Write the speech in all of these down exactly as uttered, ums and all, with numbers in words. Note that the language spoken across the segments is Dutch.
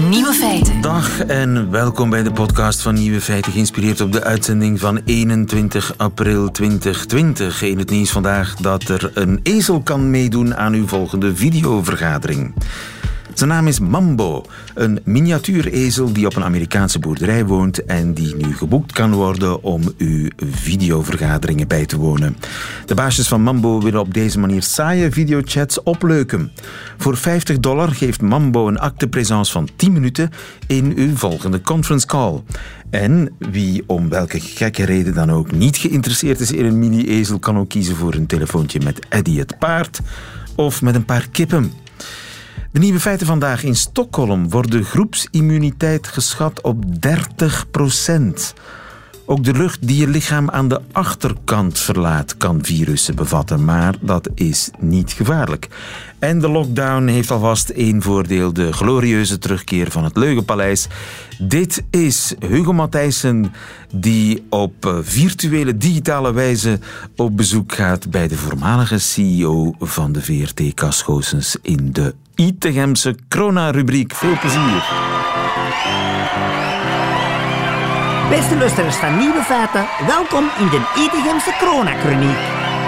Nieuwe Feiten. Dag en welkom bij de podcast van Nieuwe Feiten, geïnspireerd op de uitzending van eenentwintig april tweeduizend twintig. In het nieuws vandaag dat er een ezel kan meedoen aan uw volgende videovergadering. Zijn naam is Mambo, een miniatuurezel die op een Amerikaanse boerderij woont en die nu geboekt kan worden om uw videovergaderingen bij te wonen. De baasjes van Mambo willen op deze manier saaie videochats opleuken. Voor vijftig dollar geeft Mambo een acte présence van tien minuten in uw volgende conference call. En wie om welke gekke reden dan ook niet geïnteresseerd is in een mini-ezel kan ook kiezen voor een telefoontje met Eddie het paard of met een paar kippen. De nieuwe feiten vandaag. In Stockholm wordt de groepsimmuniteit geschat op dertig procent. Ook de lucht die je lichaam aan de achterkant verlaat kan virussen bevatten, maar dat is niet gevaarlijk. En de lockdown heeft alvast één voordeel, de glorieuze terugkeer van het Leugenpaleis. Dit is Hugo Matthijssen, die op virtuele, digitale wijze op bezoek gaat bij de voormalige C E O van de V R T, Cas Goossens, in de Itegemse Corona-rubriek. Veel plezier. Beste luisteraars van Nieuwe Feiten, welkom in de Itegemse Corona-chroniek.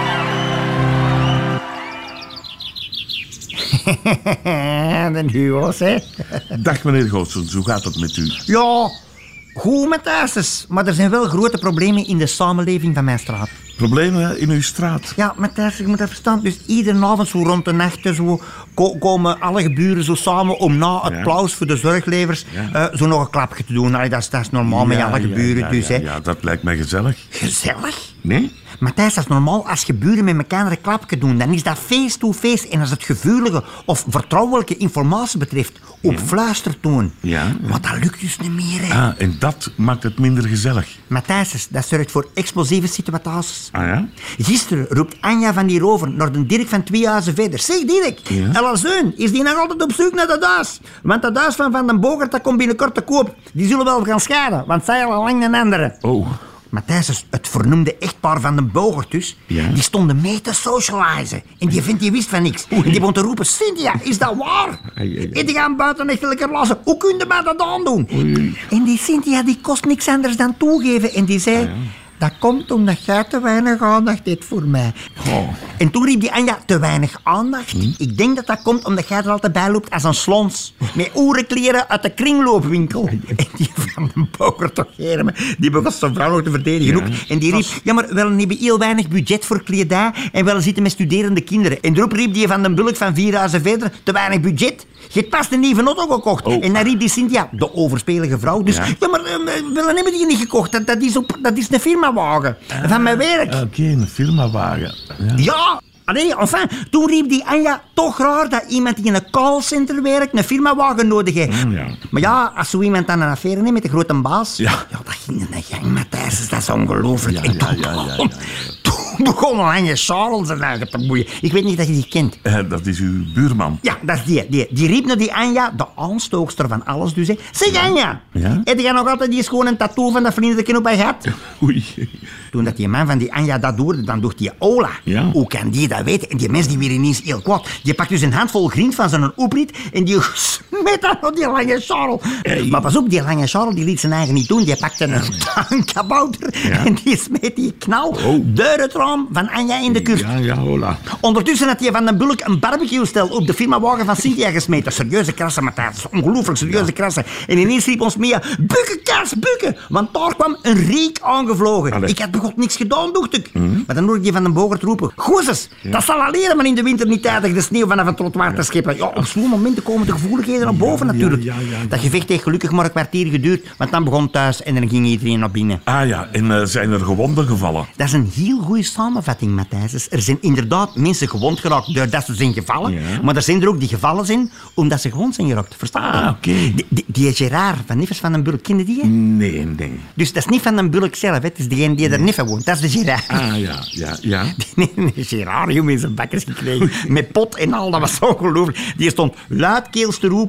De Hugo's, hè? Dag meneer Goossens, hoe gaat het met u? Ja, goed met thuis, maar er zijn wel grote problemen in de samenleving van mijn straat. Problemen in uw straat? Ja, Matthijs, je moet dat verstaan. Dus iedere avond zo rond de nachten zo, ko- komen alle geburen zo samen om na het ja. applaus voor de zorglevers ja. uh, zo nog een klapje te doen. Allee, dat, is, dat is normaal ja, met alle geburen. Ja, ja, dus, ja, hè. ja, dat lijkt mij gezellig. Gezellig? Nee? Matthijs, dat is normaal als geburen met elkaar een klapje doen. Dan is dat face-to-face. En als het gevoelige of vertrouwelijke informatie betreft, op ja. fluistertoon. Ja, ja. Maar dat lukt dus niet meer, hè. Ah, en dat maakt het minder gezellig. Matthijs, dat zorgt voor explosieve situaties. Ah ja? Gisteren roept Anja van die Rover naar de Dirk van twee huizen verder. Zeg Dirk, ja? Ella Zeun, is die nog altijd op zoek naar dat huis? Want dat huis van Van den Bogert, dat komt binnenkort te koop. Die zullen wel gaan scheiden, want zij al lang een andere. Oh. Matthijs, het vernoemde echtpaar van den Bogert dus, ja? die stonden mee te socializen. En die vindt die wist van niks. Oei. En die begon te roepen, Cynthia, is dat waar? Ai, ai, ai. En die gaan buiten echt lekker lassen. Hoe kun je mij dat aandoen? Oei. En die Cynthia, die kost niks anders dan toegeven. En die zei... Ah, ja. Dat komt omdat jij te weinig aandacht hebt voor mij. Oh. En toen riep die Anja, te weinig aandacht? Hm? Ik denk dat dat komt omdat jij er altijd bij loopt als een slons. Met oerenkleren uit de kringloopwinkel. En die van den Bogert toch me, die begon zijn vrouw nog te verdedigen ja, ook. En die riep, ja maar we hebben heel weinig budget voor kledij en we zitten met studerende kinderen. En daarop riep die van den Bulk van vier huizen verder, te weinig budget. Je hebt pas een nieuwe auto gekocht. Oh. En dan riep die Cynthia, de overspelige vrouw, dus ja, ja maar uh, we hebben die niet gekocht. Dat, dat, is, op, dat is een firmawagen ah, van mijn werk. Oké, okay, een firmawagen. Ja. ja. Allee, enfin, toen riep die Anja toch raar dat iemand die in een callcenter werkt een firmawagen nodig heeft. Mm, ja. Maar ja, als zo iemand dan een affaire heeft met de grote baas... Ja, ja dat ging in de gang, Matthijs. Dat is ongelooflijk. Ja, en ja, toen, ja, ja, ja, begon, ja, ja. toen begon Anja Charles zijn eigen te boeien. Ik weet niet dat je die kent. Uh, dat is uw buurman. Ja, dat is die. Die, die riep naar die Anja, de aanstookster van alles dus. Hè. Zeg ja. Anja, ja? heb je nog altijd die schone tattoo van dat vriendelijke op je gat? Oei. Toen dat die man van die Anja dat doorde, dan dacht die Ola. Ja. Hoe kan die dat weten? En die mens die weer ineens heel kwaad. Die pakt dus een handvol grind van zijn opriet en die smet dat op die lange Charles. Hey. Maar pas op, die lange Charles die liet zijn eigen niet doen. Die pakte een, een kabouter ja. en die smeet die knal oh. door het raam van Anja in de kurt. Ja, ja, hola. Ondertussen had hij van den Bulk een barbecue-stel op de firmawagen van Cynthia gesmeten. Serieuze krassen, Matthijs. Ongelooflijk serieuze ja. krassen. En ineens riep ons Mia, bukken, Kaas, bukken. Want daar kwam een riek aangevlogen. Allee. Ik had begot niks gedaan, dacht ik. Mm-hmm. Maar dan hoorde je van den Bogert roepen, Goezes, ja. dat zal al leren, maar in de winter niet tijdig de sneeuw vanaf het trottoir te scheppen. Ja, op zo'n momenten komen de gevoeligheden naar boven ja, natuurlijk. Ja, ja, ja, ja. Dat gevecht heeft gelukkig maar een kwartier geduurd, want dan begon thuis en dan ging iedereen naar binnen. Ah ja, en uh, zijn er gewonden gevallen? Dat is een heel goede samenvatting, Matthijs. Er zijn inderdaad mensen gewond geraakt doordat ze zijn gevallen, ja. maar er zijn er ook die gevallen zijn omdat ze gewond zijn geraakt. Verstaan je? Ah, oké. Okay. Die, die, die Gerard van Niffers van den Bulk, ken je die? Hè? Nee, nee. Dus dat is niet van den Bulk zelf, hè. Het is degene die nee. er Niffen woont. Dat is de Gerard. Ah, ja, ja, ja. Die nee, Gerard, jongen, in zijn bakkers gekregen. Met pot en al, dat was zo ongelooflijk. Die stond luidkeels te roepen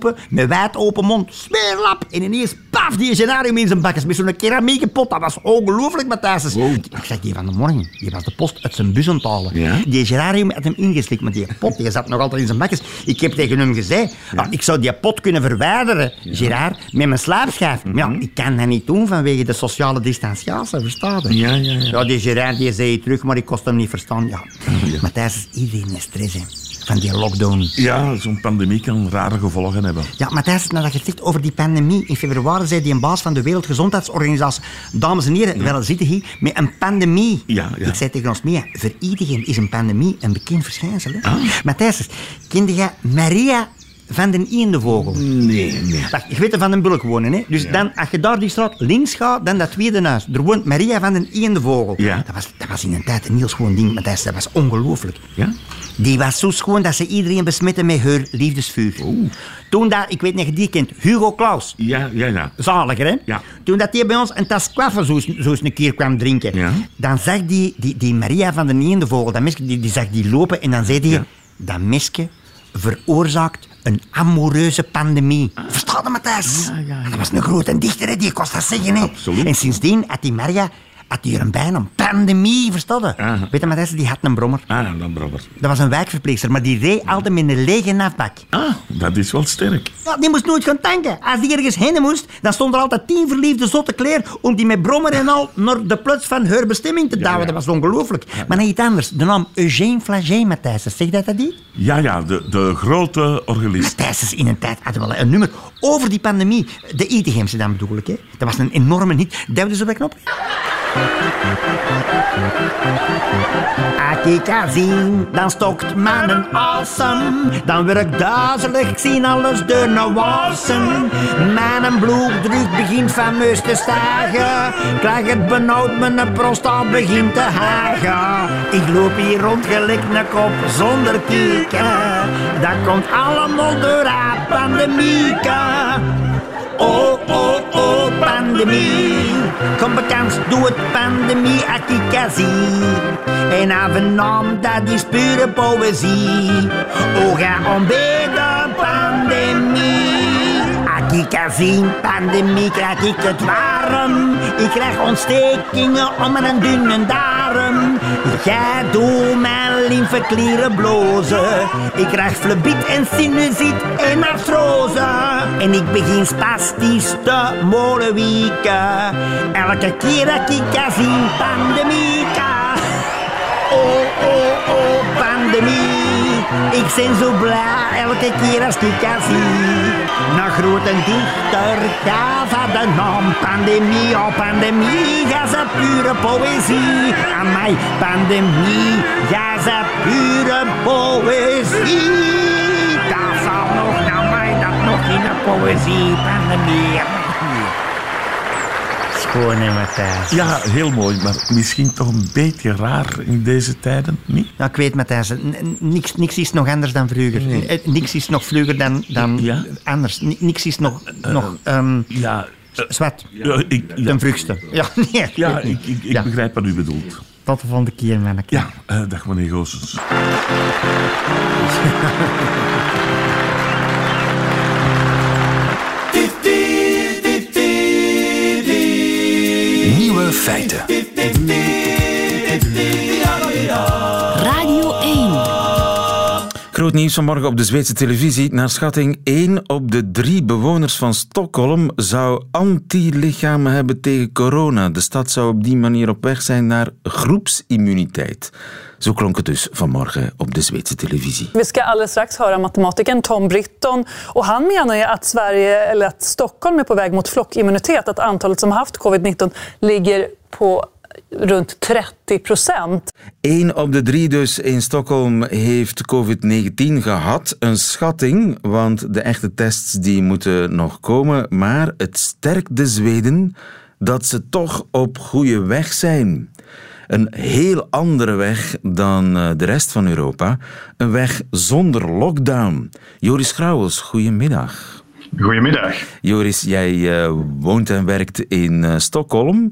binnenlopen met wijd open mond, smeerlap. En ineens, paf, die genarium in zijn bakjes met zo'n keramieke pot. Dat was ongelooflijk, Matthijs. Wow. Ik zeg, die van de morgen, die was de post uit zijn bus aan het halen. Ja? Die geranium had hem ingeslikt, maar die pot die zat nog altijd in zijn bakjes. Ik heb tegen hem gezegd, ja. ah, ik zou die pot kunnen verwijderen, ja. Gerard, met mijn slaapschijf. Mm-hmm. Maar ja, ik kan dat niet doen vanwege de sociale distanciatie, verstaat je? Ja, ja, ja. Ja, die Gerard die zei terug, maar ik kost hem niet verstaan. Ja. Ja. Matthijs, iedereen is stress, hè, van die lockdown. Ja, zo'n pandemie kan rare gevolgen hebben. Ja, Matthijs, nadat je het zegt over die pandemie, in februari zei die een baas van de Wereldgezondheidsorganisatie, dames en heren, ja. wel zitten hier met een pandemie. Ja, ja. Ik zei tegen ons, Mia, voor iedereen is een pandemie een bekend verschijnsel. Hè? Ah. Matthijs, kende je Maria van den Eendevogel? Nee, nee. Wacht, je weet er van den Bulk wonen, hè? Dus ja. dan, als je daar die straat links gaat, dan dat tweede huis. Er woont Maria van den Eendevogel. Ja. Dat was, dat was in een tijd een heel schoon ding, Matthijs. Dat was ongelooflijk. Ja? Die was zo schoon dat ze iedereen besmette met haar liefdesvuur. Oeh. Toen dat, ik weet niet of je die kent, Hugo Claus. Ja, ja, ja. Zaliger, hè? Ja. Toen dat die bij ons een tas kwaffe zo, zo eens een keer kwam drinken, Ja. dan zag die, die, die Maria van den Eendevogel, dat meisje, die, die zag die lopen en dan zei die, Ja. dat meisje veroorzaakt een amoureuze pandemie. Ah. Verstaat je, Matthijs? Ja, ja, ja. Dat was een grote dichter, hè? Die kost dat zeggen, hè? Absoluut. En sindsdien had die Maria had die er een bijnaam, pandemie, verstaat je? Ah. Weet je, Matthijs, die had een brommer. Ah, dan brommer. Dat was een wijkverpleegster, maar die reed altijd met een lege nafbak. Ah, dat is wel sterk. Ja, die moest nooit gaan tanken. Als die ergens heen moest, dan stond er altijd tien verliefde zotte kleer om die met brommer en al naar de plots van haar bestemming te Ja, douwen. ja. Dat was ongelooflijk. Maar nog iets anders. De naam Eugène Flagey, Matthijs. Zeg dat dat die? Ja, ja, de, de grote orgelist. Matthijs, in een tijd hadden we wel een nummer over die pandemie. De Itegemse dan bedoel ik, hè. Dat was een enorme hit. Duw dus op de knop. Als ik haar zien, dan stokt mannen awesome. Dan word ik duizelig, ik zie alles door naar wassen. Mijn bloeddruk begint fameus te stijgen. Krijg het benauwd, mijn prostaat begint te hagen. Ik loop hier rond gelijk een kop zonder kieken. Dat komt allemaal door haar pandemieke. Oh, oh, oh, pandemie. Kom bekend, doe het pandemie, akikazie. En af en naam, dat is pure poëzie. Oh, ga om bij de pandemie. Akikazie, pandemie, krijg ik het warm. Ik krijg ontstekingen om mijn dunne darm. Jij doet mijn lymfeklieren blozen. Ik krijg flebiet en sinusite en artrose. En ik begin spastisch te molenwieken. Elke keer dat ik ga zien, pandemieka. Oh, oh, oh, pandemie. Ik ben zo blij elke keer als ik ga zien. Een grote dichter, ga van de naam pandemie. Oh, pandemie, ga ze pure poëzie. Amai, pandemie, ga ze pure poëzie. Dat zal nog, amai, dat nog in de poëzie, pandemie. Schoon, hè, Matthijs? Ja, heel mooi, maar misschien toch een beetje raar in deze tijden, niet? Ja, ik weet, Matthijs, n- n- niks, niks is nog anders dan vroeger. Nee. Eh, Niks is nog vlugger dan, dan Ja? anders. N- niks is nog, nog um, Ja, uh, zwart. ja, ik, ja, Ten vroegste. Ja, nee. ja weet niet. ik, ik, ik Ja. begrijp wat u bedoelt. Tot de volgende keer, manneke. Ja, uh, dag meneer Goossens. Nieuwe feiten. Radio één. Groot nieuws vanmorgen op de Zweedse televisie. Naar schatting één op de drie bewoners van Stockholm zou antilichamen hebben tegen corona. De stad zou op die manier op weg zijn naar groepsimmuniteit. Zo klonk het dus vanmorgen op de Zweedse televisie. Vi ska alldeles strax höra matematikern Tom Britton och han menar ju att Sverige eller att Stockholm är på väg mot flockimmunitet, att antalet som har haft covid nitton ligger på runt trettio procent. Eén op de drie dus in Stockholm heeft covid negentien gehad. Een schatting, want de echte tests die moeten nog komen. Maar het sterkt de Zweden dat ze toch op goede weg zijn. Een heel andere weg dan de rest van Europa. Een weg zonder lockdown. Joris Grauwels, goedemiddag. Goedemiddag. Joris, jij uh, woont en werkt in uh, Stockholm.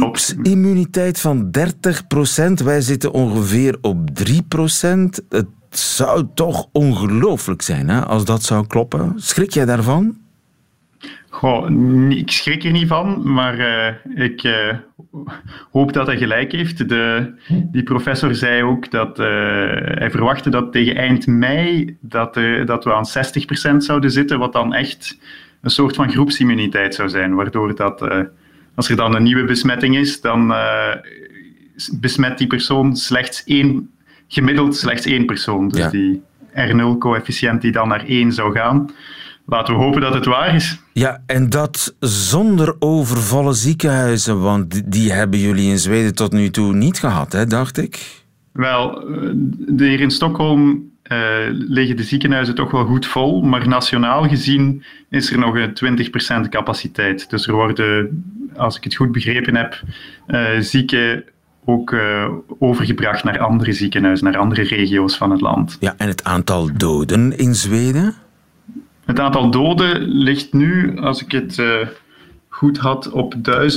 Groepsimmuniteit van dertig procent. Wij zitten ongeveer op drie procent. Het zou toch ongelooflijk zijn, hè, als dat zou kloppen. Schrik jij daarvan? Goh, ik schrik er niet van, maar uh, ik uh, hoop dat hij gelijk heeft. De, die professor zei ook dat uh, hij verwachtte dat tegen eind mei dat, uh, dat we aan zestig procent zouden zitten, wat dan echt een soort van groepsimmuniteit zou zijn, waardoor dat, uh, als er dan een nieuwe besmetting is, dan uh, besmet die persoon slechts één, gemiddeld slechts één persoon. Dus ja. Die R nul-coëfficiënt die dan naar één zou gaan. Laten we hopen dat het waar is. Ja, en dat zonder overvolle ziekenhuizen, want die hebben jullie in Zweden tot nu toe niet gehad, hè, dacht ik? Wel, hier in Stockholm uh, liggen de ziekenhuizen toch wel goed vol, maar nationaal gezien is er nog een twintig procent capaciteit. Dus er worden, als ik het goed begrepen heb, uh, zieken ook uh, overgebracht naar andere ziekenhuizen, naar andere regio's van het land. Ja, en het aantal doden in Zweden? Het aantal doden ligt nu, als ik het uh, goed had, op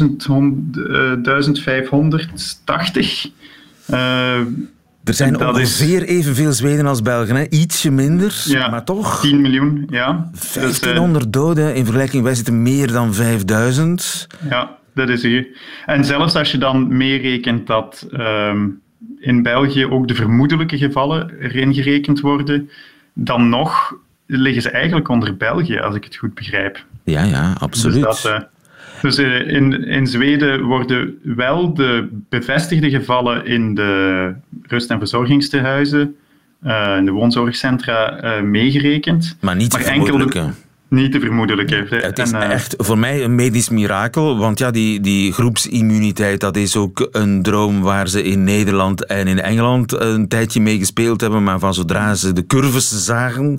duizend vijfhonderdtachtig. Uh, er zijn ongeveer is... evenveel Zweden als Belgen, hè? Ietsje minder, ja, maar toch? tien miljoen, ja. vijftienhonderd dus, uh, doden, in vergelijking, wij zitten meer dan vijfduizend. Ja, dat is hier. En zelfs als je dan meerekent dat um, in België ook de vermoedelijke gevallen erin gerekend worden, dan nog liggen ze eigenlijk onder België, als ik het goed begrijp. Ja, ja, absoluut. Dus, dat, uh, dus uh, in, in Zweden worden wel de bevestigde gevallen in de rust- en verzorgingstehuizen, uh, in de woonzorgcentra, uh, meegerekend. Maar niet de vermoedelijke. Enkel de, niet de vermoedelijke. Ja, het is en, uh, echt voor mij een medisch mirakel, want ja, die, die groepsimmuniteit, dat is ook een droom waar ze in Nederland en in Engeland een tijdje mee gespeeld hebben, maar van zodra ze de curves zagen,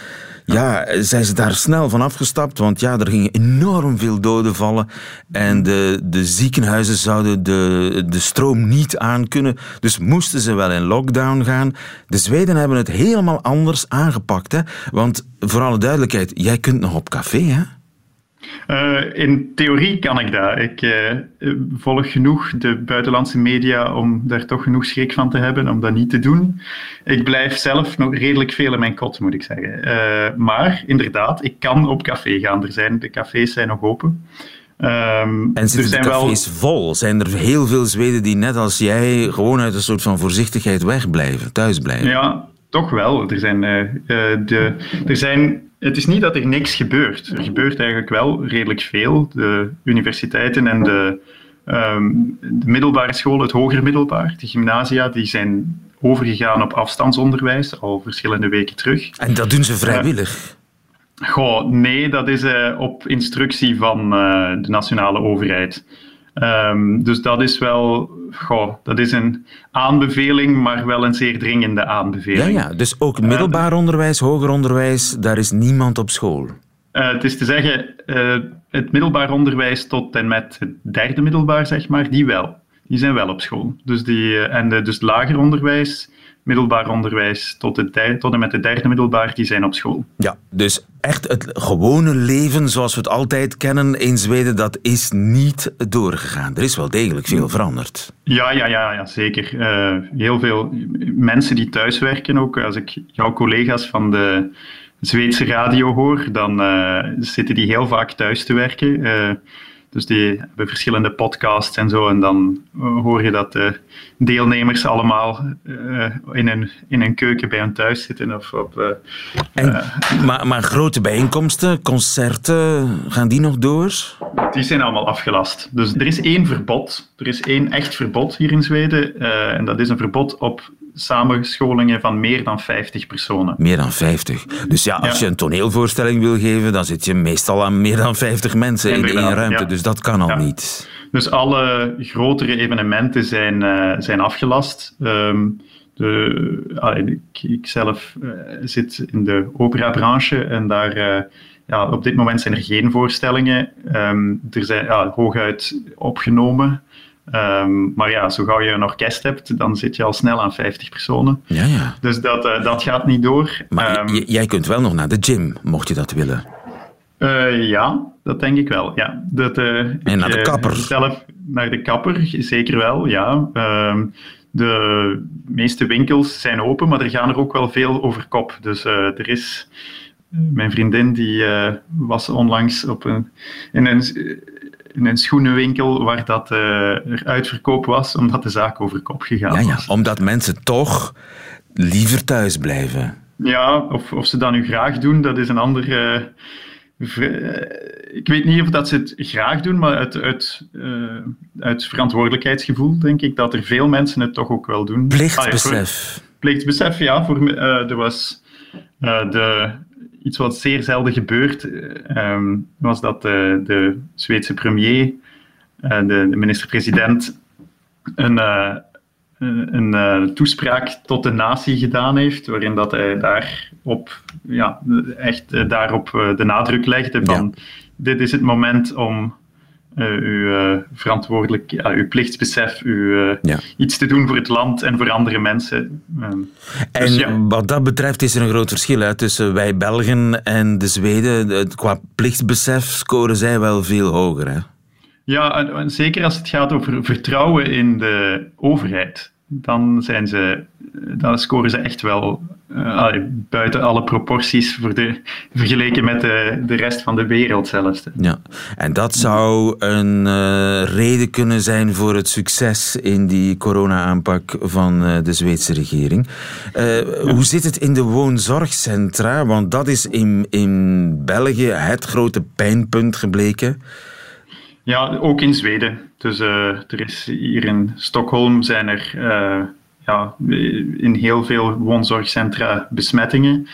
ja, zijn ze daar snel van afgestapt, want ja, er gingen enorm veel doden vallen en de, de ziekenhuizen zouden de, de stroom niet aankunnen, dus moesten ze wel in lockdown gaan. De Zweden hebben het helemaal anders aangepakt, hè? Want voor alle duidelijkheid, jij kunt nog op café, hè? Uh, in theorie kan ik dat. Ik uh, volg genoeg de buitenlandse media om daar toch genoeg schrik van te hebben, om dat niet te doen. Ik blijf zelf nog redelijk veel in mijn kot, moet ik zeggen. Uh, maar inderdaad, ik kan op café gaan. Er zijn, de cafés zijn nog open. Um, en zitten de cafés wel vol? Zijn er heel veel Zweden die net als jij gewoon uit een soort van voorzichtigheid wegblijven, thuis blijven? Ja, toch wel. Er zijn... Uh, uh, de, er zijn Het is niet dat er niks gebeurt. Er gebeurt eigenlijk wel redelijk veel. De universiteiten en de, um, de middelbare scholen, het hoger middelbaar, de gymnasia, die zijn overgegaan op afstandsonderwijs al verschillende weken terug. En dat doen ze vrijwillig? Uh, goh, nee, dat is uh, op instructie van uh, de nationale overheid. Um, dus dat is wel, goh, dat is een aanbeveling, maar wel een zeer dringende aanbeveling. Ja, ja, dus ook middelbaar onderwijs, hoger onderwijs, daar is niemand op school? Uh, het is te zeggen, uh, het middelbaar onderwijs tot en met het derde middelbaar, zeg maar, die wel. Die zijn wel op school. Dus, die, uh, en de, dus het lager onderwijs, middelbaar onderwijs tot, het der, tot en met het derde middelbaar, die zijn op school. Ja, dus echt het gewone leven zoals we het altijd kennen in Zweden, dat is niet doorgegaan. Er is wel degelijk veel veranderd. Ja, ja, ja, ja zeker. Uh, heel veel mensen die thuiswerken ook. Als ik jouw collega's van de Zweedse radio hoor, dan uh, zitten die heel vaak thuis te werken. Uh, Dus die hebben verschillende podcasts en zo. En dan hoor je dat de deelnemers allemaal uh, in, een, in een keuken bij hun thuis zitten. Of op, uh, en, uh, maar, maar grote bijeenkomsten, concerten, gaan die nog door? Die zijn allemaal afgelast. Dus er is één verbod. Er is één echt verbod hier in Zweden. Uh, en dat is een verbod op samenscholingen van meer dan vijftig personen. Meer dan vijftig. Dus ja, als ja. je een toneelvoorstelling wil geven, dan zit je meestal aan meer dan vijftig mensen in één ruimte. Ja. Dus dat kan al ja. niet. Dus alle grotere evenementen zijn, uh, zijn afgelast. Um, de, uh, ik, ik zelf uh, zit in de operabranche en daar... Uh, ja, op dit moment zijn er geen voorstellingen. Um, er zijn ja, hooguit opgenomen. Um, maar ja, zo gauw je een orkest hebt, dan zit je al snel aan vijftig personen. Ja, ja. Dus dat, uh, dat gaat niet door. Maar um, j- jij kunt wel nog naar de gym, mocht je dat willen. Uh, ja, dat denk ik wel. Ja. Dat, uh, en naar de kapper? Uh, zelf naar de kapper, zeker wel, ja. Um, de meeste winkels zijn open, maar er gaan er ook wel veel over kop. Dus uh, er is... Mijn vriendin die uh, was onlangs op een, in, een, in een schoenenwinkel waar dat uh, er uitverkoop was, omdat de zaak over kop gegaan ja, ja, was. Omdat mensen toch liever thuis blijven. Ja, of, of ze dat nu graag doen, dat is een ander... Uh, Ik weet niet of dat ze het graag doen, maar uit, uit, uh, uit verantwoordelijkheidsgevoel denk ik dat er veel mensen het toch ook wel doen. Plichtsbesef. Ah, ja, plichtsbesef, ja. Voor, uh, er was uh, de, iets wat zeer zelden gebeurt, uh, was dat uh, de Zweedse premier, uh, de, de minister-president, een... Uh, een uh, toespraak tot de natie gedaan heeft, waarin dat hij daarop, ja, echt uh, daarop uh, de nadruk legde van ja. Dit is het moment om uh, uw uh, verantwoordelijk, uh, uw plichtsbesef, uw, uh, ja. iets te doen voor het land en voor andere mensen. Um, en dus, ja. wat dat betreft is er een groot verschil hè, tussen wij Belgen en de Zweden. Qua plichtsbesef scoren zij wel veel hoger, hè? Ja, en, en zeker als het gaat over vertrouwen in de overheid, dan, zijn ze, dan scoren ze echt wel uh, buiten alle proporties voor de, vergeleken met de, de rest van de wereld zelfs. Ja, en dat zou een uh, reden kunnen zijn voor het succes in die corona-aanpak van uh, de Zweedse regering. Uh, ja. Hoe zit het in de woonzorgcentra? Want dat is in, in België het grote pijnpunt gebleken. Ja, ook in Zweden. Dus uh, er is hier in Stockholm zijn er uh, ja, in heel veel woonzorgcentra besmettingen.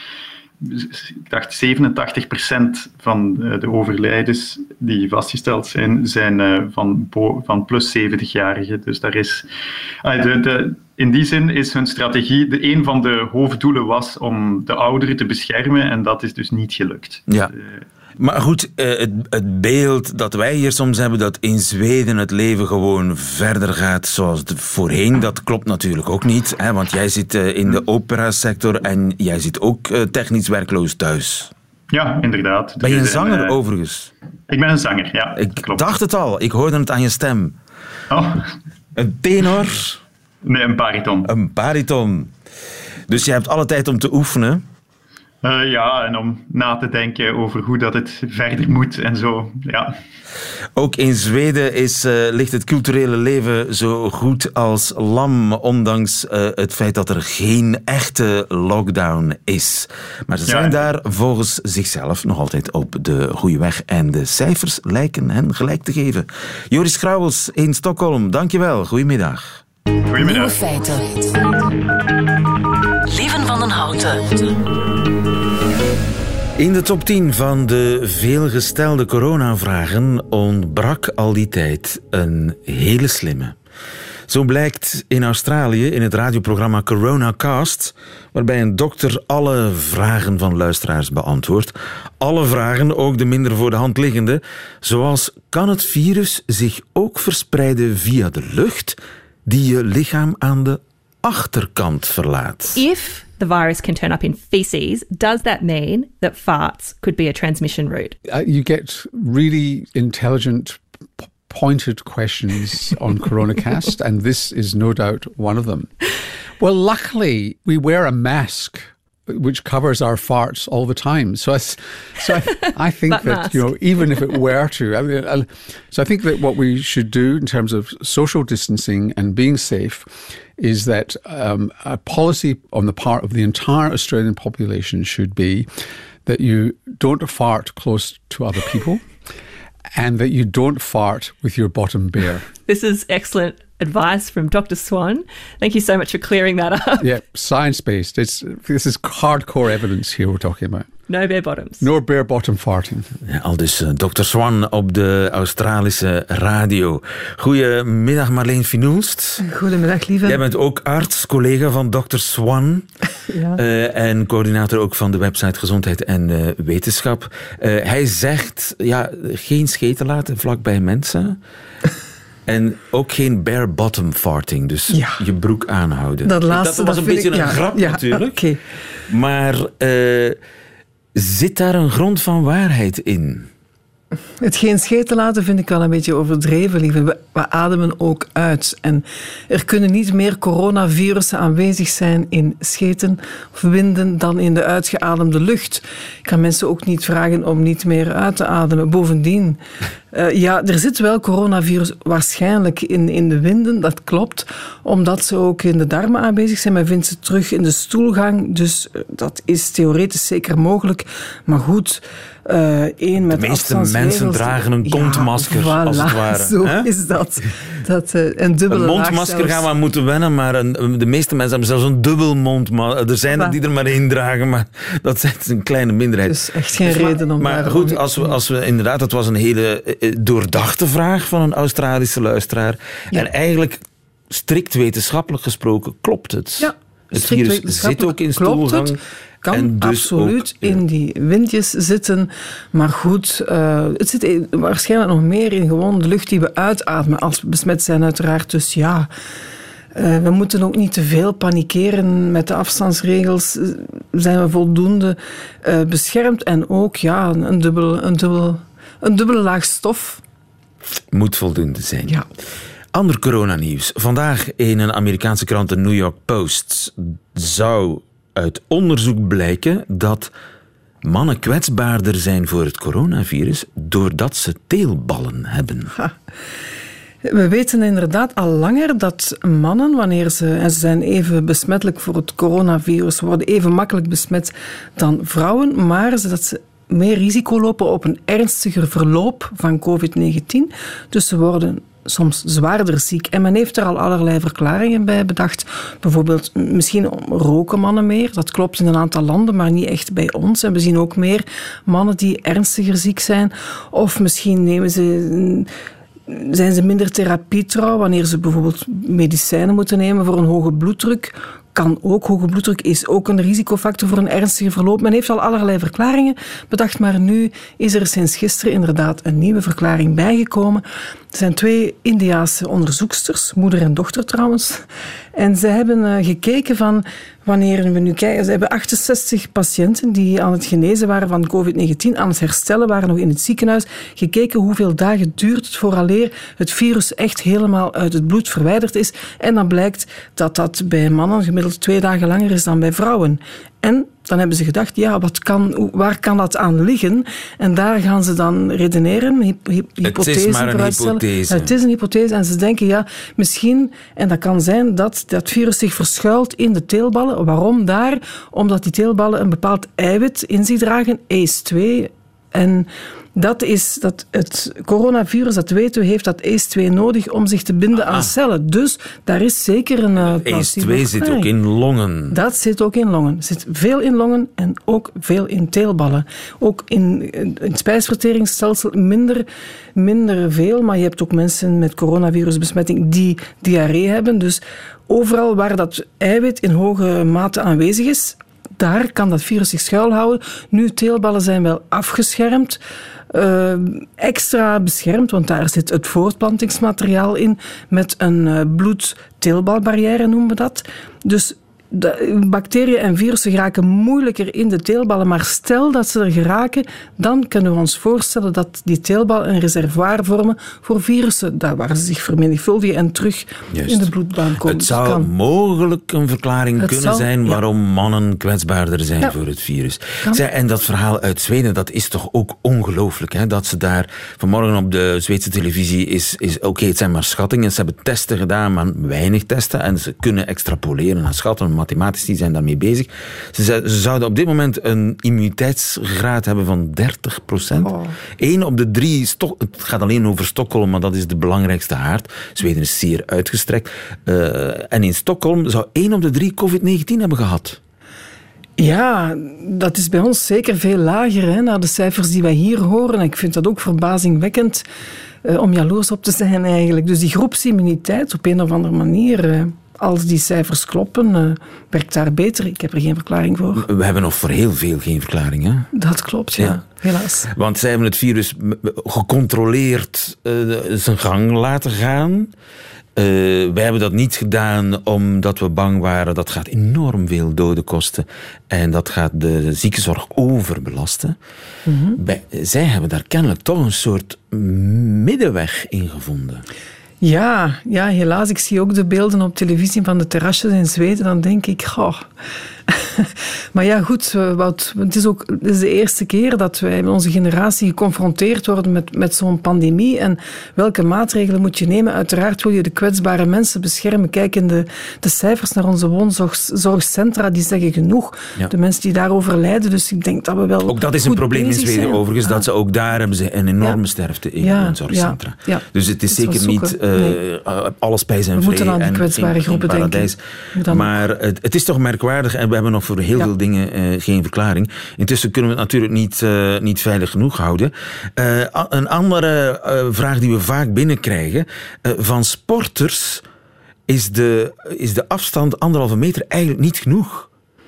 Ik dacht zevenentachtig procent van de overlijdens die vastgesteld zijn, zijn uh, van, bo- van plus zeventig-jarigen. Dus daar is... Uh, de, de, in die zin is hun strategie... De, een van de hoofddoelen was om de ouderen te beschermen en dat is dus niet gelukt. Ja. Dus, uh, Maar goed, het, het beeld dat wij hier soms hebben, dat in Zweden het leven gewoon verder gaat zoals het voorheen, dat klopt natuurlijk ook niet. Hè? Want jij zit in de operasector en jij zit ook technisch werkloos thuis. Ja, inderdaad. Ben je een dus, zanger, uh, overigens? Ik ben een zanger, ja. Ik klopt. dacht het al, ik hoorde het aan je stem. Oh. Een tenor? Nee, een bariton. Een bariton. Dus je hebt alle tijd om te oefenen. Uh, ja, en om na te denken over hoe dat het verder moet en zo, ja. Ook in Zweden is, uh, ligt het culturele leven zo goed als lam, ondanks uh, het feit dat er geen echte lockdown is. Maar ze zijn ja, daar volgens zichzelf nog altijd op de goede weg en de cijfers lijken hen gelijk te geven. Joris Grauwels in Stockholm, dankjewel. Goedemiddag. Goedemiddag. Nieuwe feiten. Lieven van den Houten. In de top tien van de veelgestelde coronavragen ontbrak al die tijd een hele slimme. Zo blijkt in Australië in het radioprogramma Coronacast, waarbij een dokter alle vragen van luisteraars beantwoordt. Alle vragen, ook de minder voor de hand liggende, zoals kan het virus zich ook verspreiden via de lucht die je lichaam aan de achterkant verlaat? If the virus can turn up in feces, does that mean that farts could be a transmission route? Uh, you get really intelligent, p- pointed questions on Coronacast, and this is no doubt one of them. Well, luckily, we wear a mask which covers our farts all the time. So I, so I, I think that, that you know, even if it were to, I mean, uh, so I think that what we should do in terms of social distancing and being safe is that um, a policy on the part of the entire Australian population should be that you don't fart close to other people and that you don't fart with your bottom bare. This is excellent advice from Doctor Swan. Thank you so much for clearing that up. Yeah, science-based. It's, this is hardcore evidence here we're talking about. No bare bottoms. No bare bottom farting. Ja, al dus uh, dokter Swan op de Australische radio. Goedemiddag Marleen Finoelst. Goedemiddag lieve. Jij bent ook arts, collega van dokter Swan. Ja. Uh, en coördinator ook van de website Gezondheid en uh, Wetenschap. Uh, hij zegt, ja, geen scheten laten vlakbij mensen. En ook geen bare bottom farting, dus ja. je broek aanhouden. Dat laatste, dat was een dat beetje ik, een ja, grap ja, natuurlijk. Okay. Maar uh, zit daar een grond van waarheid in? Het geen scheten laten vind ik wel een beetje overdreven, lieve. We, we ademen ook uit. En er kunnen niet meer coronavirussen aanwezig zijn in scheten of winden dan in de uitgeademde lucht. Ik kan mensen ook niet vragen om niet meer uit te ademen. Bovendien, uh, ja, er zit wel coronavirus waarschijnlijk in, in de winden, dat klopt, omdat ze ook in de darmen aanwezig zijn. Men vindt ze terug in de stoelgang, dus dat is theoretisch zeker mogelijk. Maar goed, uh, één met de meeste mensen dragen een kontmasker, ja, voilà, als het ware. Zo He? is dat. dat uh, een dubbele een mondmasker gaan we aan moeten wennen, maar een, de meeste mensen hebben zelfs een dubbel mondmasker. Er zijn er die er maar één dragen, maar dat zijn een kleine minderheid. Dus echt geen dus reden maar, om Maar daar goed, als we, als we inderdaad, dat was een hele uh, doordachte vraag van een Australische luisteraar. Ja. En eigenlijk, strikt wetenschappelijk gesproken, klopt het. Ja, het virus zit ook in stoelgang. Het. Kan en dus absoluut ook, ja. in die windjes zitten. Maar goed, uh, het zit waarschijnlijk nog meer in gewoon de lucht die we uitademen als we besmet zijn uiteraard. Dus ja, uh, we moeten ook niet te veel panikeren met de afstandsregels. Zijn we voldoende uh, beschermd? En ook ja, een, dubbel, een, dubbel, een dubbele laag stof. Moet voldoende zijn. Ja. Ander coronanieuws. Vandaag in een Amerikaanse krant, de New York Post, zou uit onderzoek blijken dat mannen kwetsbaarder zijn voor het coronavirus doordat ze teelballen hebben. Ha. We weten inderdaad al langer dat mannen, wanneer ze, en ze zijn even besmettelijk voor het coronavirus, worden even makkelijk besmet dan vrouwen, maar dat ze meer risico lopen op een ernstiger verloop van covid negentien. Dus ze worden soms zwaarder ziek. En men heeft er al allerlei verklaringen bij bedacht. Bijvoorbeeld, misschien roken mannen meer. Dat klopt in een aantal landen, maar niet echt bij ons. En we zien ook meer mannen die ernstiger ziek zijn. Of misschien nemen ze, zijn ze minder therapietrouw wanneer ze bijvoorbeeld medicijnen moeten nemen voor een hoge bloeddruk. Kan ook, hoge bloeddruk is ook een risicofactor voor een ernstige verloop. Men heeft al allerlei verklaringen bedacht, maar nu is er sinds gisteren inderdaad een nieuwe verklaring bijgekomen. Er zijn twee Indiase onderzoeksters, moeder en dochter trouwens, en ze hebben uh, gekeken van wanneer we nu kijken, ze hebben achtenzestig patiënten die aan het genezen waren van covid negentien, aan het herstellen waren nog in het ziekenhuis, gekeken hoeveel dagen duurt het vooraleer het virus echt helemaal uit het bloed verwijderd is. En dan blijkt dat dat bij mannen gemiddeld twee dagen langer is dan bij vrouwen. En dan hebben ze gedacht, ja, wat kan, waar kan dat aan liggen? En daar gaan ze dan redeneren, hyp, hyp, hypothesen Het is maar een vooruitstellen. hypothese. Het is een hypothese en ze denken, ja, misschien, en dat kan zijn dat dat virus zich verschuilt in de teelballen. Waarom daar? Omdat die teelballen een bepaald eiwit in zich dragen, A C E twee. En dat is dat het coronavirus, dat weten we, heeft dat A C E twee nodig om zich te binden ah. aan cellen. Dus daar is zeker een uh, A C E twee zit ook in longen. Dat zit ook in longen. Er zit veel in longen en ook veel in teelballen. Ook in, in het spijsverteringsstelsel minder, minder veel, maar je hebt ook mensen met coronavirusbesmetting die diarree hebben. Dus overal waar dat eiwit in hoge mate aanwezig is, daar kan dat virus zich schuilhouden. Nu, teelballen zijn wel afgeschermd. Uh, extra beschermd, want daar zit het voortplantingsmateriaal in met een uh, bloed-teelbalbarrière, noemen we dat. Dus de bacteriën en virussen geraken moeilijker in de teelballen, maar stel dat ze er geraken, dan kunnen we ons voorstellen dat die teelballen een reservoir vormen voor virussen, daar waar ze zich vermenigvuldigen en terug Juist. in de bloedbaan komen. Het zou kan. mogelijk een verklaring het kunnen zal, zijn waarom ja. mannen kwetsbaarder zijn ja. voor het virus. Zij, en dat verhaal uit Zweden, dat is toch ook ongelooflijk, hè? Dat ze daar vanmorgen op de Zweedse televisie is, is oké, okay, het zijn maar schattingen, ze hebben testen gedaan, maar weinig testen en ze kunnen extrapoleren en schatten. Mathematici zijn daarmee bezig. Ze, ze zouden op dit moment een immuniteitsgraad hebben van dertig procent. Oh. Eén op de drie, stok, het gaat alleen over Stockholm, maar dat is de belangrijkste haard. Zweden is zeer uitgestrekt. Uh, en in Stockholm zou één op de drie covid negentien hebben gehad. Ja, dat is bij ons zeker veel lager, hè, naar de cijfers die wij hier horen. Ik vind dat ook verbazingwekkend uh, om jaloers op te zijn eigenlijk. Dus die groepsimmuniteit op een of andere manier... Uh, Als die cijfers kloppen, uh, werkt daar beter. Ik heb er geen verklaring voor. We hebben nog voor heel veel geen verklaring, hè? Dat klopt, ja. ja. Helaas. Want zij hebben het virus gecontroleerd uh, zijn gang laten gaan. Uh, wij hebben dat niet gedaan omdat we bang waren. Dat gaat enorm veel doden kosten. En dat gaat de ziekenzorg overbelasten. Mm-hmm. Bij, zij hebben daar kennelijk toch een soort middenweg in gevonden. Ja, ja, helaas. Ik zie ook de beelden op televisie van de terrasjes in Zweden. Dan denk ik, goh. Maar ja, goed, wat, het is ook het is de eerste keer dat wij in onze generatie geconfronteerd worden met, met zo'n pandemie. En welke maatregelen moet je nemen? Uiteraard wil je de kwetsbare mensen beschermen. Kijk in de, de cijfers naar onze woonzorgcentra, die zeggen genoeg. Ja. De mensen die daar overlijden. Dus ik denk dat we wel. Ook dat is een probleem in Zweden, zijn. overigens. Ah. Dat ze ook daar hebben ze een enorme ja. sterfte in ja. woonzorgcentra. Ja. Ja. Dus het is het zeker niet uh, nee. alles bij zijn vrij. We moeten aan die kwetsbare en groepen denken. Maar het, het is toch merkwaardig en we hebben nog voor heel ja. veel dingen uh, geen verklaring. Intussen kunnen we het natuurlijk niet, uh, niet veilig genoeg houden. Uh, een andere uh, vraag die we vaak binnenkrijgen. Uh, van sporters is de, is de afstand anderhalve meter eigenlijk niet genoeg.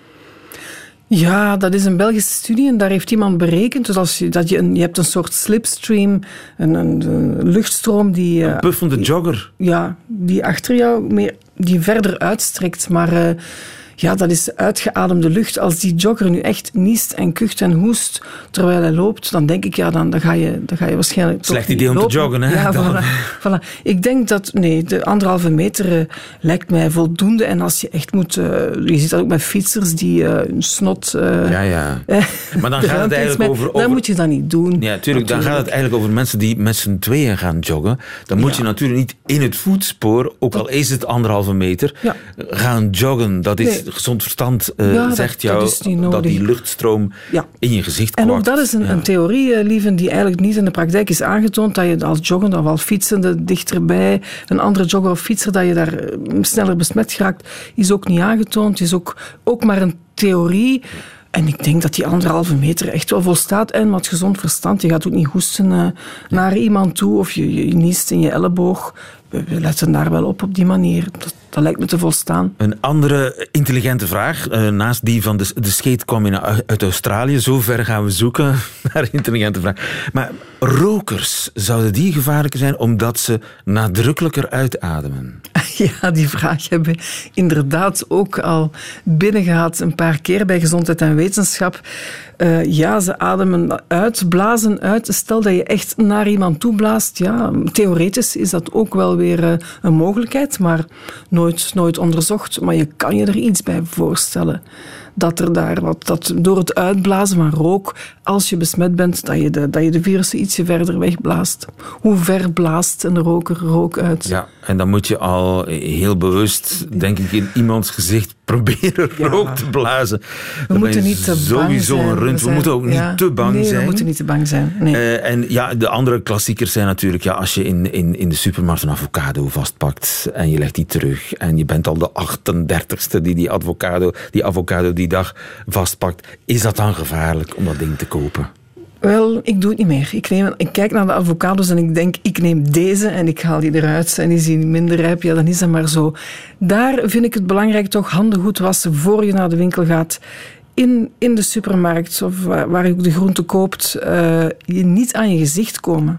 Ja, dat is een Belgische studie en daar heeft iemand berekend. Dus als je, dat je, een, je hebt een soort slipstream, een, een, een luchtstroom die... Een puffende jogger. Ja, die achter jou meer, die verder uitstrekt. Maar uh, ja, dat is uitgeademde lucht. Als die jogger nu echt niest en kucht en hoest terwijl hij loopt, dan denk ik, ja, dan, dan, ga, je, dan ga je waarschijnlijk Slecht idee om lopen. te joggen, hè? Ja, voilà, voilà. Ik denk dat, nee, de anderhalve meter uh, lijkt mij voldoende. En als je echt moet, uh, je ziet dat ook met fietsers die uh, een snot... Uh, ja, ja. Maar dan gaat het eigenlijk met, over, over... Dan moet je dat niet doen. Ja, tuurlijk. Dan gaat het eigenlijk over mensen die met z'n tweeën gaan joggen. Dan moet ja. je natuurlijk niet in het voetspoor, ook al is het anderhalve meter, ja. gaan joggen. Dat is nee. gezond verstand. Uh, ja, zegt jou dat, dat die luchtstroom ja. in je gezicht kwakt. En ook dat is een, ja. een theorie, uh, lieven, die eigenlijk niet in de praktijk is aangetoond, dat je als joggende of als fietsende dichterbij een andere jogger of fietser, dat je daar uh, sneller besmet geraakt, is ook niet aangetoond. Is ook, ook maar een theorie. En ik denk dat die anderhalve meter echt wel volstaat. En wat gezond verstand. Je gaat ook niet hoesten uh, naar iemand toe of je, je niest in je elleboog. We, we letten daar wel op op die manier. Dat, dat lijkt me te volstaan. Een andere intelligente vraag, uh, naast die van de, de scheet kwam in, uit Australië. Zo ver gaan we zoeken naar een intelligente vraag. Maar rokers, zouden die gevaarlijker zijn omdat ze nadrukkelijker uitademen? Ja, die vraag hebben we inderdaad ook al binnengehad een paar keer bij Gezondheid en Wetenschap. Uh, ja, ze ademen uit, blazen uit. Stel dat je echt naar iemand toe blaast, ja, theoretisch is dat ook wel weer uh, een mogelijkheid, maar nooit, nooit onderzocht. Maar je kan je er iets bij voorstellen. Dat er daar wat, dat door het uitblazen van rook, als je besmet bent, dat je de, dat je de virussen ietsje verder wegblaast. Hoe ver blaast een roker rook uit? Ja, en dan moet je al heel bewust, denk ik, in iemands gezicht proberen ja. rook te blazen. We dan moeten niet te sowieso bang zijn. Een rund. We, we moeten ook ja, niet te bang nee, zijn. we moeten niet te bang zijn. Nee. Uh, en ja, de andere klassiekers zijn natuurlijk, ja, als je in, in, in de supermarkt een avocado vastpakt en je legt die terug en je bent al de achtendertigste die die avocado, die avocado die dag vastpakt, is dat dan gevaarlijk om dat ding te kopen? Wel, ik doe het niet meer. Ik, neem, ik kijk naar de avocados en ik denk, ik neem deze en ik haal die eruit en is die minder rijp. Ja, dan is dat maar zo. Daar vind ik het belangrijk toch handen goed wassen voor je naar de winkel gaat. In, in de supermarkt of waar, waar je ook de groenten koopt, uh, je niet aan je gezicht komen.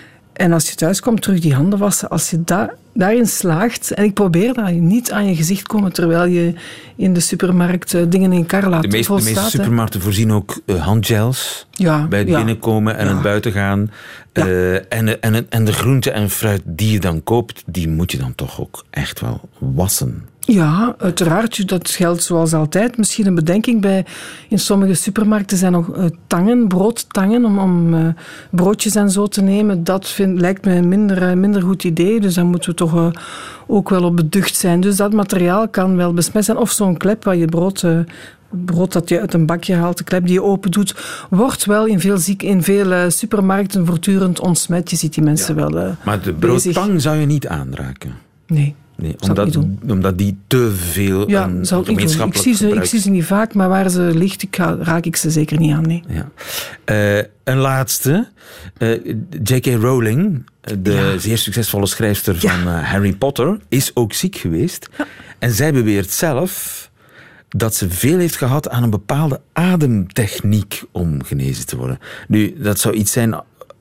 En als je thuis komt, terug die handen wassen. Als je da- daarin slaagt, en ik probeer dat, niet aan je gezicht komen terwijl je in de supermarkt uh, dingen in kar laat. De meeste, de meeste supermarkten voorzien ook uh, handgels ja, bij het ja, binnenkomen en ja. het buiten gaan. Ja. Uh, en, en, en de groenten en fruit die je dan koopt, die moet je dan toch ook echt wel wassen. Ja, uiteraard. Dat geldt zoals altijd. Misschien een bedenking bij... In sommige supermarkten zijn nog uh, tangen, broodtangen, om, om uh, broodjes en zo te nemen. Dat vind, lijkt me een minder, uh, minder goed idee. Dus daar moeten we toch uh, ook wel op beducht zijn. Dus dat materiaal kan wel besmet zijn. Of zo'n klep waar je brood... Uh, brood dat je uit een bakje haalt, de klep die je open doet, wordt wel in veel, ziek, in veel uh, supermarkten voortdurend ontsmet. Je ziet die mensen ja. wel uh, Maar de broodtang zou je niet aanraken? Nee. Nee, omdat, omdat die te veel ja, een zou ik gemeenschappelijk ik zie, ze, ik zie ze niet vaak, maar waar ze ligt, ik ga, raak ik ze zeker niet aan. Nee. Ja. Uh, een laatste. Uh, J K Rowling, de ja. zeer succesvolle schrijfster ja. van uh, Harry Potter, is ook ziek geweest. Ja. En zij beweert zelf dat ze veel heeft gehad aan een bepaalde ademtechniek om genezen te worden. Nu, dat zou iets zijn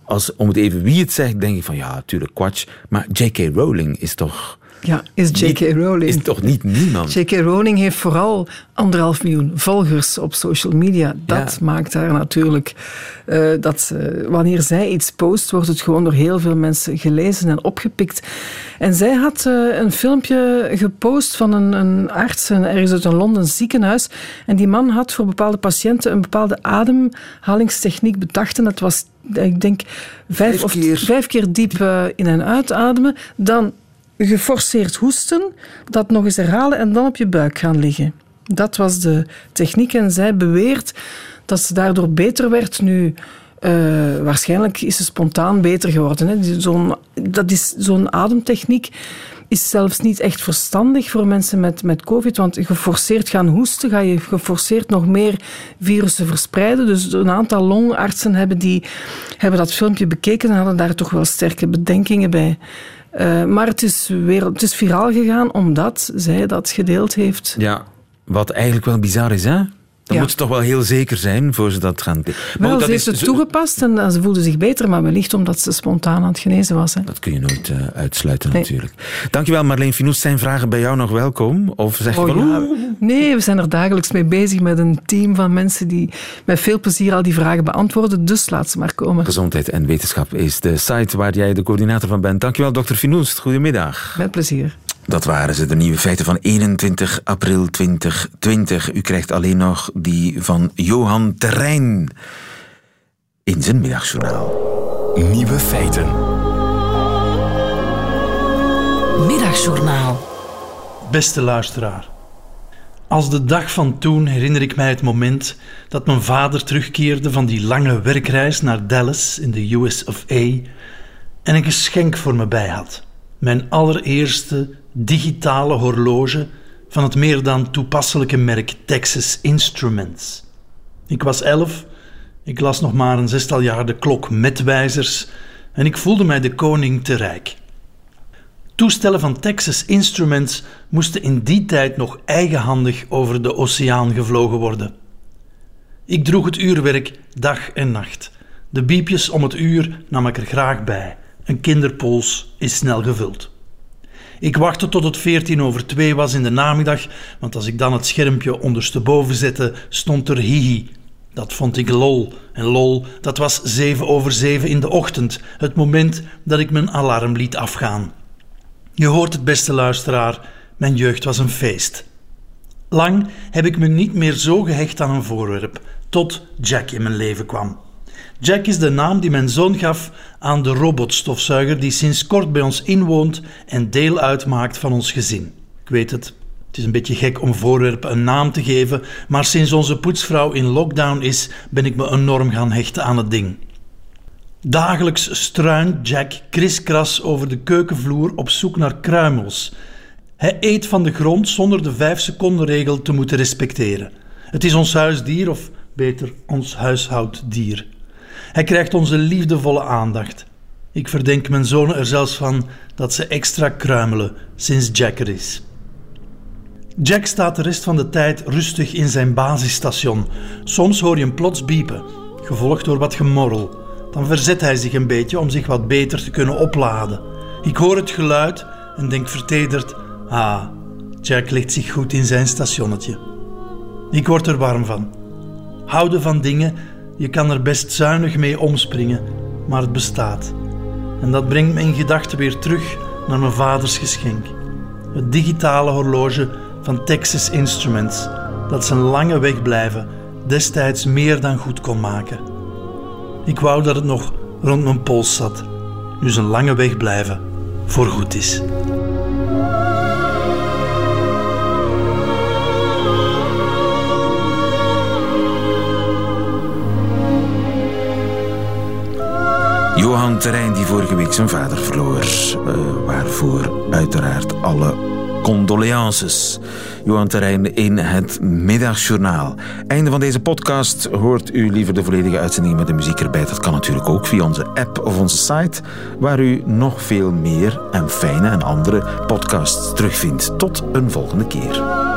als, om het even wie het zegt, denk ik van ja, natuurlijk kwatsch. Maar J K. Rowling is toch... Ja, is J K. Rowling. Is toch niet niemand? J K. Rowling heeft vooral anderhalf miljoen volgers op social media. Dat Ja. maakt haar natuurlijk... Uh, dat uh, wanneer zij iets post, wordt het gewoon door heel veel mensen gelezen en opgepikt. En zij had uh, een filmpje gepost van een, een arts ergens uit een Londen ziekenhuis. En die man had voor bepaalde patiënten een bepaalde ademhalingstechniek bedacht. En dat was, ik denk, vijf, Vijf of keer. vijf keer diep uh, in- en uitademen. Dan geforceerd hoesten, dat nog eens herhalen en dan op je buik gaan liggen. Dat was de techniek en zij beweert dat ze daardoor beter werd. Nu, uh, waarschijnlijk is ze spontaan beter geworden. Hè. Zo'n, dat is, zo'n ademtechniek is zelfs niet echt verstandig voor mensen met, met COVID, want geforceerd gaan hoesten, ga je geforceerd nog meer virussen verspreiden. Dus een aantal longartsen hebben, die, hebben dat filmpje bekeken en hadden daar toch wel sterke bedenkingen bij. Uh, maar het is, weer, het is viraal gegaan omdat zij dat gedeeld heeft. Ja, wat eigenlijk wel bizar is, hè? Dan Ja. moet ze toch wel heel zeker zijn voor ze dat gaan... Maar Wel, dat ze heeft is- het ze- toegepast en uh, ze voelde zich beter, maar wellicht omdat ze spontaan aan het genezen was. Hè. Dat kun je nooit uh, uitsluiten, Nee. natuurlijk. Dankjewel, Marleen Finoes. Zijn vragen bij jou nog welkom? Of zeg je Oh, van... ja. oeh, Nee, we zijn er dagelijks mee bezig met een team van mensen die met veel plezier al die vragen beantwoorden. Dus laat ze maar komen. Gezondheid en wetenschap is de site waar jij de coördinator van bent. Dankjewel, dokter Finoes. Goedemiddag. Met plezier. Dat waren ze, de nieuwe feiten van eenentwintig april twintig twintig. U krijgt alleen nog die van Johan Terrein in zijn middagjournaal. Nieuwe feiten. Middagjournaal. Beste luisteraar. Als de dag van toen herinner ik mij het moment dat mijn vader terugkeerde van die lange werkreis naar Dallas in de U S of A en een geschenk voor me bij had. Mijn allereerste digitale horloge van het meer dan toepasselijke merk Texas Instruments. Ik was elf, ik las nog maar een zestal jaar de klok met wijzers en ik voelde mij de koning te rijk. Toestellen van Texas Instruments moesten in die tijd nog eigenhandig over de oceaan gevlogen worden. Ik droeg het uurwerk dag en nacht. De biepjes om het uur nam ik er graag bij. Een kinderpols is snel gevuld. Ik wachtte tot het veertien over twee was in de namiddag, want als ik dan het schermpje ondersteboven zette, stond er hihi. Dat vond ik lol. En lol, dat was zeven over zeven in de ochtend, het moment dat ik mijn alarm liet afgaan. Je hoort het, beste luisteraar, mijn jeugd was een feest. Lang heb ik me niet meer zo gehecht aan een voorwerp, tot Jack in mijn leven kwam. Jack is de naam die mijn zoon gaf aan de robotstofzuiger die sinds kort bij ons inwoont en deel uitmaakt van ons gezin. Ik weet het, het is een beetje gek om voorwerpen een naam te geven, maar sinds onze poetsvrouw in lockdown is, ben ik me enorm gaan hechten aan het ding. Dagelijks struint Jack kriskras over de keukenvloer op zoek naar kruimels. Hij eet van de grond zonder de vijf seconden regel te moeten respecteren. Het is ons huisdier, of beter, ons huishouddier. Hij krijgt onze liefdevolle aandacht. Ik verdenk mijn zonen er zelfs van dat ze extra kruimelen sinds Jack er is. Jack staat de rest van de tijd rustig in zijn basisstation. Soms hoor je hem plots biepen, gevolgd door wat gemorrel. Dan verzet hij zich een beetje om zich wat beter te kunnen opladen. Ik hoor het geluid en denk vertederd: ah, Jack legt zich goed in zijn stationnetje. Ik word er warm van. Houden van dingen, je kan er best zuinig mee omspringen, maar het bestaat. En dat brengt me in gedachten weer terug naar mijn vaders geschenk. Het digitale horloge van Texas Instruments, dat zijn lange wegblijven destijds meer dan goed kon maken. Ik wou dat het nog rond mijn pols zat, nu zijn lange wegblijven voorgoed is. Johan Terrein, die vorige week zijn vader verloor. Uh, waarvoor uiteraard alle condolences. Johan Terrein in het Middagjournaal. Einde van deze podcast. Hoort u liever de volledige uitzending met de muziek erbij? Dat kan natuurlijk ook via onze app of onze site, waar u nog veel meer en fijne en andere podcasts terugvindt. Tot een volgende keer.